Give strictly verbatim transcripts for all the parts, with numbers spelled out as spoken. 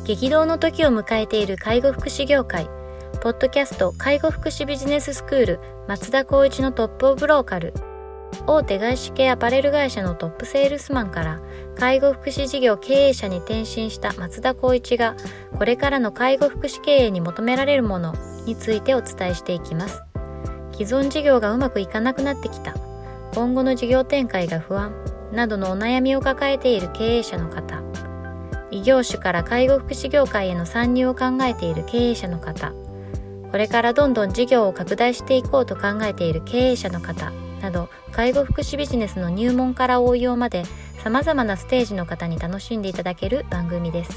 激動の時を迎えている介護福祉業界。ポッドキャスト介護福祉ビジネススクール松田光一のトップオブローカル。大手外資系アパレル会社のトップセールスマンから介護福祉事業経営者に転身した松田光一が、これからの介護福祉経営に求められるものについてお伝えしていきます。既存事業がうまくいかなくなってきた、今後の事業展開が不安などのお悩みを抱えている経営者の方、異業種から介護福祉業界への参入を考えている経営者の方、これからどんどん事業を拡大していこうと考えている経営者の方など、介護福祉ビジネスの入門から応用まで様々なステージの方に楽しんでいただける番組です。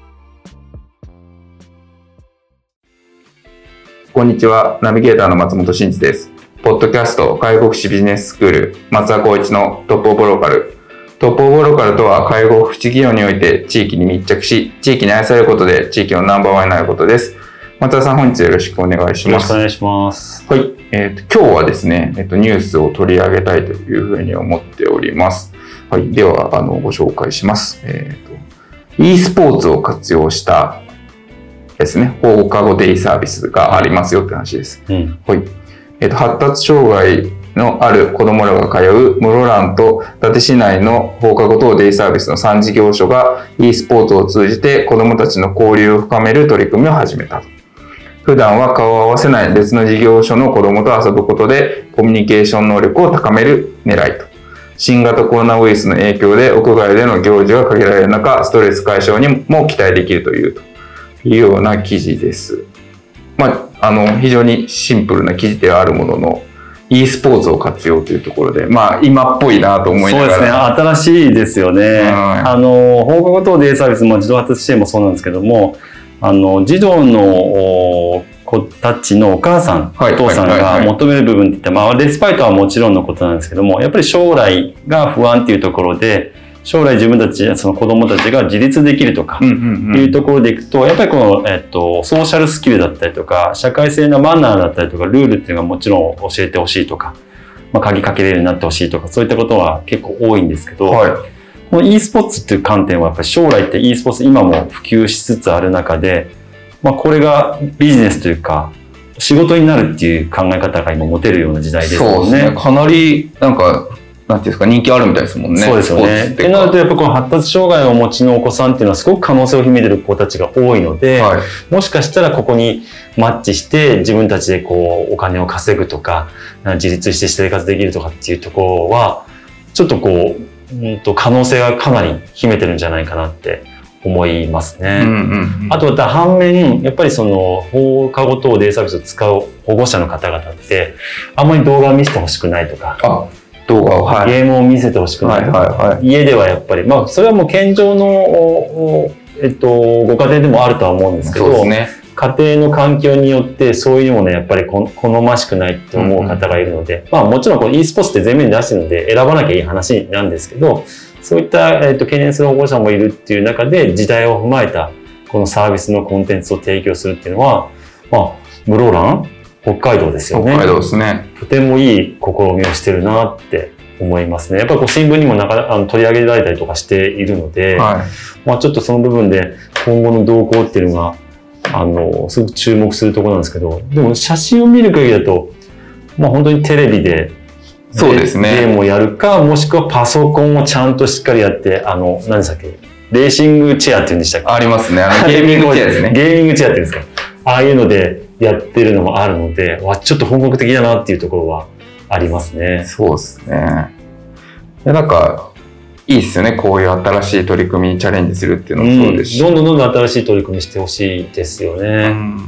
こんにちは、ナビゲーターの松本真嗣です。ポッドキャスト介護福祉ビジネススクール松田光一のトップオブローカル。トップオブローカルとは、介護福祉業において地域に密着し、地域に愛されることで地域のナンバーワンになることです。松田さん、本日よろしくお願いします。 よろしくお願いします。 はい、えーと、今日はですね、えーと、ニュースを取り上げたいというふうに思っております。はい、ではあのご紹介します。えーと、e スポーツを活用したですね、放課後デイサービスがありますよって話です。うん、はい、えーと、発達障害のある子どもらが通う室蘭と伊達市内の放課後等デイサービスのさん事業所が e スポーツを通じて子どもたちの交流を深める取り組みを始めたと。普段は顔を合わせない別の事業所の子どもと遊ぶことでコミュニケーション能力を高める狙いと。新型コロナウイルスの影響で屋外での行事が限られる中、ストレス解消にも期待できるというというような記事です。まあ、あの非常にシンプルな記事ではあるものの、e スポーツを活用というところで、まあ今っぽいなと思いながら。 そうですね、新しいですよね。あの放課後等デイサービスも児童発達支援もそうなんですけども、あの児童の子たちのお母さん、はい、お父さんが求める部分っていって、まあレスパイトはもちろんのことなんですけども、やっぱり将来が不安っていうところで、将来自分たち、その子供たちが自立できるとかいうところでいくと、やっぱりこの、えっと、ソーシャルスキルだったりとか、社会性のマナーだったりとか、ルールっていうのがもちろん教えてほしいとか、まあ、鍵かけれるようになってほしいとか、そういったことは結構多いんですけど、はい、この e スポーツっていう観点はやっぱり将来って e スポーツ今も普及しつつある中で、まあ、これがビジネスというか、仕事になるっていう考え方が今持てるような時代ですよね。 そうですね。かなり、なんか、なんていうんですか、人気あるみたいですもんね。 そうですよね。ってなると、やっぱこの発達障害をお持ちのお子さんっていうのはすごく可能性を秘めてる子たちが多いので、はい、もしかしたらここにマッチして自分たちでこうお金を稼ぐとか、自立して生活できるとかっていうところは、ちょっとこう、うんと可能性がかなり秘めてるんじゃないかなって思いますね。うんうんうん、あとは反面、やっぱりその放課後等デイサービスを使う保護者の方々って、あんまり動画を見せてほしくないとか、 あ動画を、はい、 ゲームを見せてほしくないとか、はいはいはい、家ではやっぱり、まあそれはもう健常の、えっと、ご家庭でもあるとは思うんですけど、そうですね、家庭の環境によってそういうものやっぱり好ましくないって思う方がいるので、うんうん、まあもちろんこの e スポーツって全面に出してるので選ばなきゃいい話なんですけど、そういった、えっと、懸念する保護者もいるっていう中で時代を踏まえたこのサービスのコンテンツを提供するっていうのは、まあ室蘭北海道ですよね。 北海道ですね。 とてもいい試みをしてるなって思いますね。やっぱりこう新聞にもなかあの取り上げられたりとかしているので、はい、まあちょっとその部分で今後の動向っていうのがあのすごく注目するところなんですけど、でも写真を見る限りだと、まあ本当にテレビでそうですね、 ゲームをやるか、もしくはパソコンをちゃんとしっかりやって、あの何でしたっけ、レーシングチェアっていうんでしたっけ。 ありますね。あのゲーミングチェアですね。 ゲーミングチェアっていうんですか。ああいうのでやってるのもあるので、わちょっと本格的だなっていうところはありますね。 そうですね。でなんかいいですよね。こういう新しい取り組みにチャレンジするっていうのもそうですし、 うん、どんどんどんどん新しい取り組みしてほしいですよね。うん、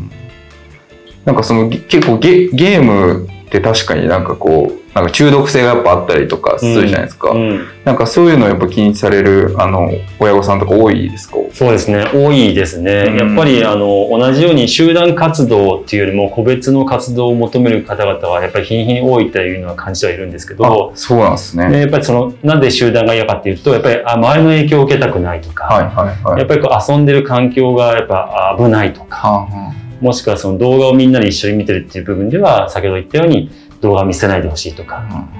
なんかその結構 ゲ, ゲームって確かになんかこうなんか中毒性がやっぱあったりとかするじゃないですか。うんうん、なんかそういうのをやっぱ気にされるあの親御さんとか多いですか？ そうですね、多いですね。うん、やっぱりあの同じように集団活動っていうよりも個別の活動を求める方々はやっぱり日に日に多いというのは感じてはいるんですけど、 あ、そうなんですね。 でやっぱりそのなんで集団が嫌かっていうと、やっぱりあ周りの影響を受けたくないとか、はいはいはい、やっぱりこう遊んでる環境がやっぱ危ないとか、はんはん、もしくはその動画をみんなで一緒に見てるっていう部分では先ほど言ったように動画を見せないでほしいとか、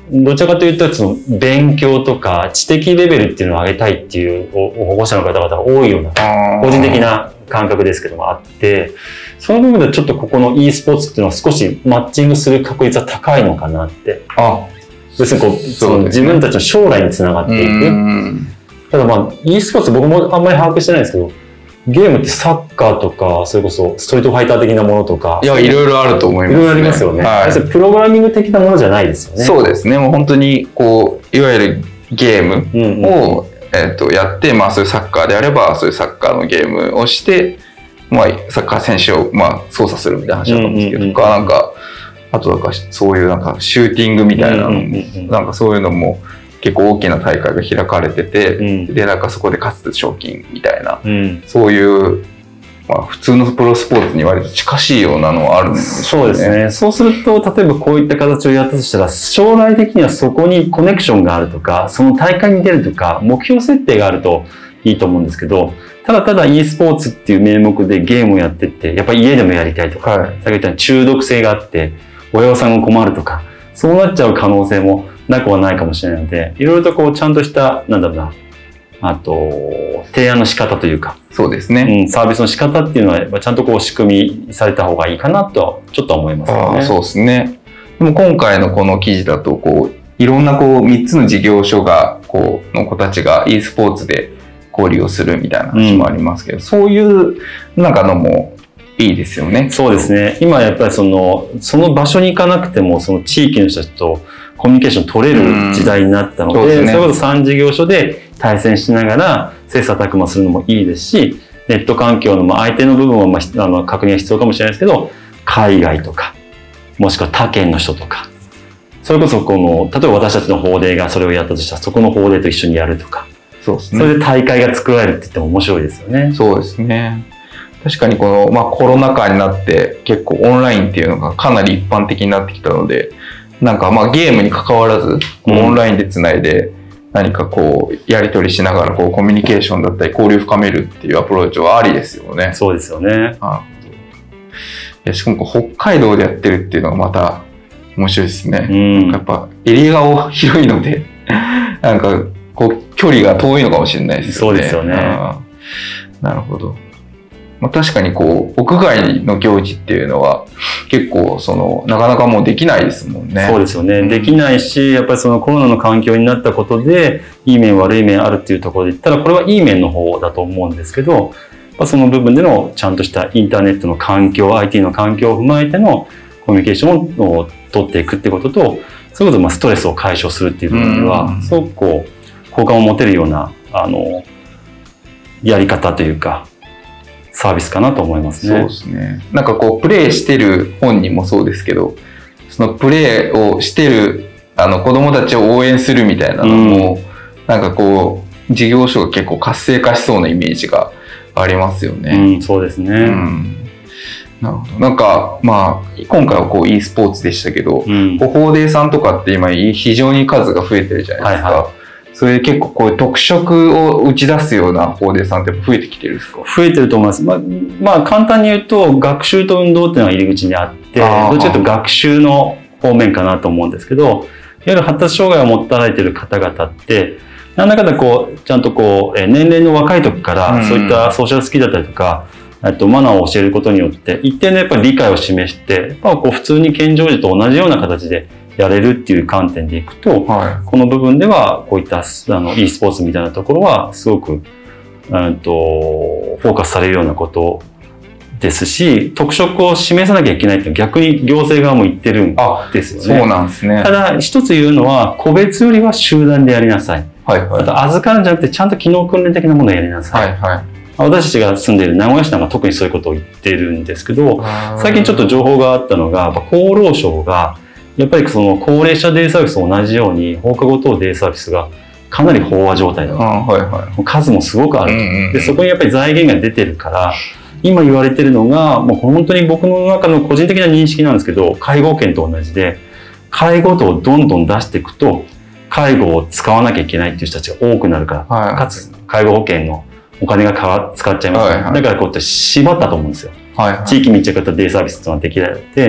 どちらかというとその勉強とか知的レベルっていうのを上げたいっていう保護者の方々が多いような個人的な感覚ですけどもあって、その部分でちょっとここの e スポーツっていうのは少しマッチングする確率は高いのかなって。 あ、 要するにこう、その自分たちの将来につながっていく。ただまあ e スポーツ僕もあんまり把握してないんですけど、ゲームってサッカーとか、それこそストリートファイター的なものとか。 いや、いろいろあると思いますね。 いろいろありますよね。はい、プログラミング的なものじゃないですよね。 そうですね。もう本当に、こう、いわゆるゲームを、うんうん、えっと、やって、まあそういうサッカーであれば、そういうサッカーのゲームをして、まあサッカー選手を、まあ、操作するみたいな話だと思うんですけど、とか、なんか、あとなんか、そういうなんか、シューティングみたいなのも、なんかそういうのも、結構大きな大会が開かれてて、うん、で、なんかそこで勝つ賞金みたいな、うん、そういう、まあ、普通のプロスポーツに割と近しいようなのはあるんですよね。そうですね。そうすると、例えばこういった形をやったとしたら、将来的にはそこにコネクションがあるとか、その大会に出るとか、目標設定があるといいと思うんですけど、ただただ e スポーツっていう名目でゲームをやってって、やっぱり家でもやりたいとか、はい、さっき言ったように中毒性があって、親御さんが困るとか、そうなっちゃう可能性もなくはないかもしれないので、いろいろとこうちゃんとした、なんだろうな、あと、提案の仕方というか、 そうですね。 うん、サービスの仕方っていうのは、やっぱちゃんとこう仕組みされた方がいいかなと、ちょっと思いますよね。 あ、そうですね。でも今回のこの記事だと、こう、いろんなこう、みっつの事業所が、こう、の子たちが e スポーツで交流をするみたいな話もありますけど、うん、そういうなんかのもいいですよね。 そうですね。今やっぱりその、その場所に行かなくても、その地域の人たちとコミュニケーション取れる時代になったので、うん、そうですね、それこそさん事業所で対戦しながら切磋琢磨するのもいいですし、ネット環境の相手の部分はまああの確認が必要かもしれないですけど、海外とか、もしくは他県の人とか、それこそこの、例えば私たちの法令がそれをやったとしたら、そこの法令と一緒にやるとか、 そうですね。 それで大会が作られるって言っても面白いですよね。 そうですね。確かにこの、まあ、コロナ禍になって結構オンラインっていうのがかなり一般的になってきたので、なんかまあゲームに関わらず、オンラインでつないで何かこうやり取りしながらこうコミュニケーションだったり交流深めるっていうアプローチはありですよね。 そうですよね。 あ、いやしかもこう北海道でやってるっていうのがまた面白いですね。うん、なんかやっぱエリアが広いので、なんかこう距離が遠いのかもしれないですよね。 そうですよね。 なるほど。まあ、確かにこう屋外の行事っていうのは結構そのなかなかもうできないですもんね。 そうですよね。できないし、やっぱりそのコロナの環境になったことでいい面悪い面あるっていうところで言ったら、これはいい面の方だと思うんですけど、まあ、その部分でのちゃんとしたインターネットの環境、アイティー の環境を踏まえてのコミュニケーションを取っていくってことと、そういうことでまあストレスを解消するっていう部分では、すごくこう好感を持てるようなあのやり方というか。サービスかなと思いますね。 そうですね。なんかこうプレイしてる本人もそうですけど、そのプレイをしてるあの子供たちを応援するみたいなのも、うん、なんかこう事業所が結構活性化しそうなイメージがありますよね。 うん、そうですね。うん、 なるほど。なんかまあ今回はこう e スポーツでしたけど、うん、法デーさんとかって今非常に数が増えてるじゃないですか。はいはい、それで結構こういう特色を打ち出すような法デーさんって増えてきてるんですか？ 増えてると思います。まあ、まあ、簡単に言うと学習と運動っていうのが入り口にあって、どっちかというと学習の方面かなと思うんですけど、いわゆる発達障害を持たれている方々って、なんだかんだこう、ちゃんとこう、年齢の若い時からそういったソーシャルスキルだったりとか、えっと、マナーを教えることによって、一定のやっぱり理解を示して、やっぱこう普通に健常児と同じような形でやれるっていう観点でいくと、はい、この部分ではこういったあの e スポーツみたいなところはすごく、うんと、フォーカスされるようなことですし、特色を示さなきゃいけないって逆に行政側も言ってるんですよね。 そうなんですね。 ただ一つ言うのは、個別よりは集団でやりなさい。はいはい、あと預かるんじゃなくてちゃんと機能訓練的なものをやりなさい。はいはい、私たちが住んでいる名古屋市なんか特にそういうことを言ってるんですけど、最近ちょっと情報があったのが、厚労省がやっぱりその高齢者デイサービスと同じように放課後等デイサービスがかなり飽和状態だと、はいはい、数もすごくあると、うんうんうん、でそこにやっぱり財源が出てるから今言われてるのがもう本当に僕の中の個人的な認識なんですけど、介護保険と同じで介護度をどんどん出していくと介護を使わなきゃいけないっていう人たちが多くなるから、はい、かつ介護保険のお金がか使っちゃいます、ね、はいはい、だからこうやって縛ったと思うんですよ。はいはい、地域密着型デイサービスっていうのができられて、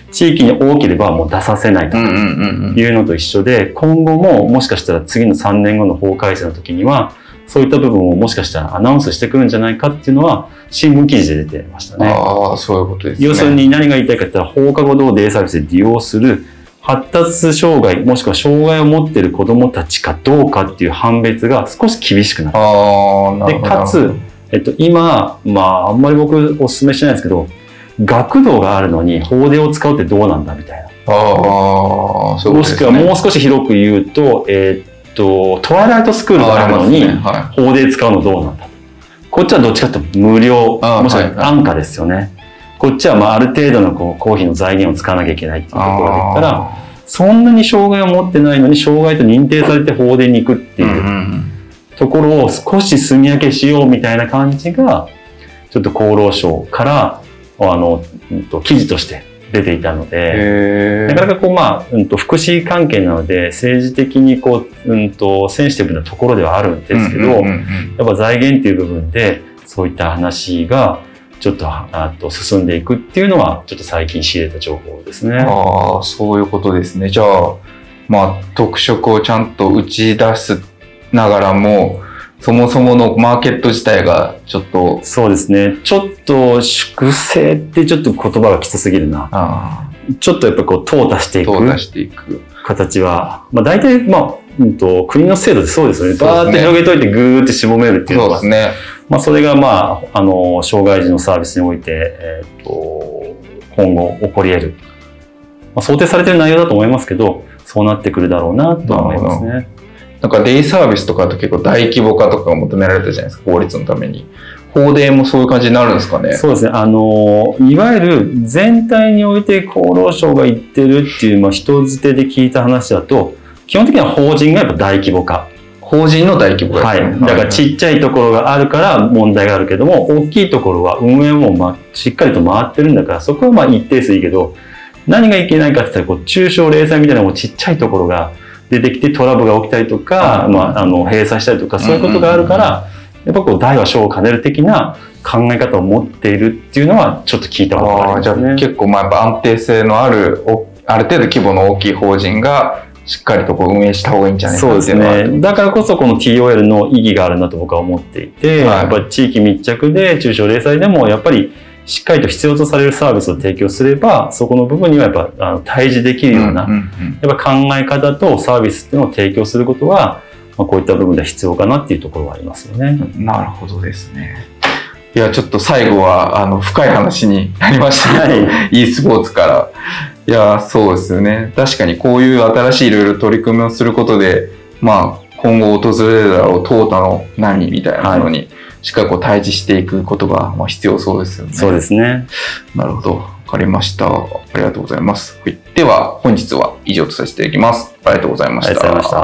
地域に多ければもう出させないというのと一緒で、今後ももしかしたら次のさんねんごの法改正の時には、そういった部分をもしかしたらアナウンスしてくるんじゃないかっていうのは新聞記事で出てましたね。 ああ、そういうことですね。 要するに何が言いたいかって言ったら、放課後等デイサービスで利用する発達障害もしくは障害を持っている子どもたちかどうかっていう判別が少し厳しくなる。 あなるほど。 でかつ、えっと、今、まあ、あんまり僕お勧めしないんですけど、学童があるのに法令を使うってどうなんだみたいな。 ああ、そうですね。 もしくはもう少し広く言うと、えーっと、トワイライトスクールがあるのに、ねはい、法令使うのどうなんだと。こっちはどっちかというと無料、もしくは安価ですよね。はいはい、こっちはまあある程度のこう公費の財源を使わなきゃいけないっていうところで言ったら、そんなに障害を持ってないのに障害と認定されて法令に行くっていうところを少し住み分けしようみたいな感じが、ちょっと厚労省からあの、うん、と記事として出ていたので、なかなかこうまあ、うん、と福祉関係なので政治的にこう、うん、とセンシティブなところではあるんですけど、やっぱ財源っていう部分でそういった話がちょっとあと進んでいくっていうのはちょっと最近仕入れた情報ですね。 ああ、そういうことですね。じゃあ、まあ特色をちゃんと打ち出すながらも、そもそものマーケット自体がちょっと。 そうですね。ちょっと粛清ってちょっと言葉がきつすぎるな。あちょっとやっぱこう淘汰していく。 淘汰していく。 形は、まあ大体、まあ、うんと、国の制度でそうですよね。バーって広げといてグーって絞めるっていうのが。 そうですね。 まあそれがまあ、あの、障害児のサービスにおいて、えっと、今後起こり得る。まあ、想定されている内容だと思いますけど、そうなってくるだろうなと思いますね。 なんかデイサービスとかだと結構大規模化とかが求められたじゃないですか、法律のために。法令もそういう感じになるんですかね。 そうですね。あの、いわゆる全体において厚労省が言ってるっていう、まあ人づてで聞いた話だと、基本的には法人がやっぱ大規模化。 法人の大規模化ですね。 はい。だからちっちゃいところがあるから問題があるけども、大きいところは運営もまあしっかりと回ってるんだから、そこはまあ一定数いいけど、何がいけないかって言ったら、こう、中小零細みたいなもうちっちゃいところが出てきてトラブルが起きたりとか、うん、まあ、あの、閉鎖したりとか、そういうことがあるから、やっぱこう、大は小を兼ねる的な考え方を持っているっていうのは、ちょっと聞いたことがありますね。 じゃあ結構、まあ、やっぱ安定性のある、ある程度規模の大きい法人が、しっかりとこう運営した方がいいんじゃないかっていうのは。そうですね。 だからこそこの ティーオーエル の意義があるなと僕は思っていて、はい、やっぱり地域密着で中小零細でもやっぱりしっかりと必要とされるサービスを提供すれば、そこの部分にはやっぱあの対峙できるような、うんうんうん、やっぱ考え方とサービスっていうのを提供することは、まあ、こういった部分では必要かなっていうところはありますよね。 なるほどですね。いや、ちょっと最後はあの深い話になりましたね。はい、e スポーツから。いや、そうですよね。確かにこういう新しいいろいろ取り組みをすることで、まあ今後訪れるだろう淘汰の波みたいなものに、はい、しっかりこう対峙していくことがまあ必要そうですよね。 そうですね。 なるほど。わかりました。ありがとうございます。はい、では本日は以上とさせていただきます。ありがとうございました。 ありがとうございました。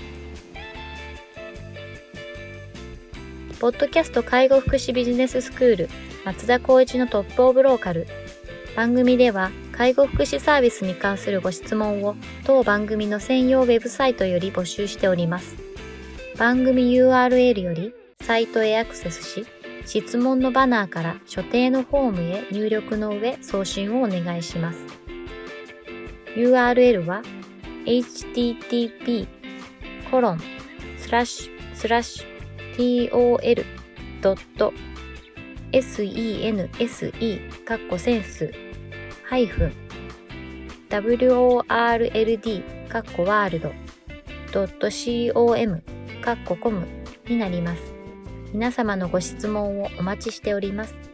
ポッドキャスト介護福祉ビジネススクール松田光一のトップオブローカル。番組では介護福祉サービスに関するご質問を当番組の専用ウェブサイトより募集しております。番組 ユーアールエル よりサイトへアクセスし、質問のバナーから所定のフォームへ入力の上送信をお願いします。ユーアールエル は エイチティーティーピーコロンスラッシュスラッシュ ティーオーエルドットセンスかっこセンスハイフン ダブリューオーアールエルディー かっこワールドドット コム かっこコムになります。皆様のご質問をお待ちしております。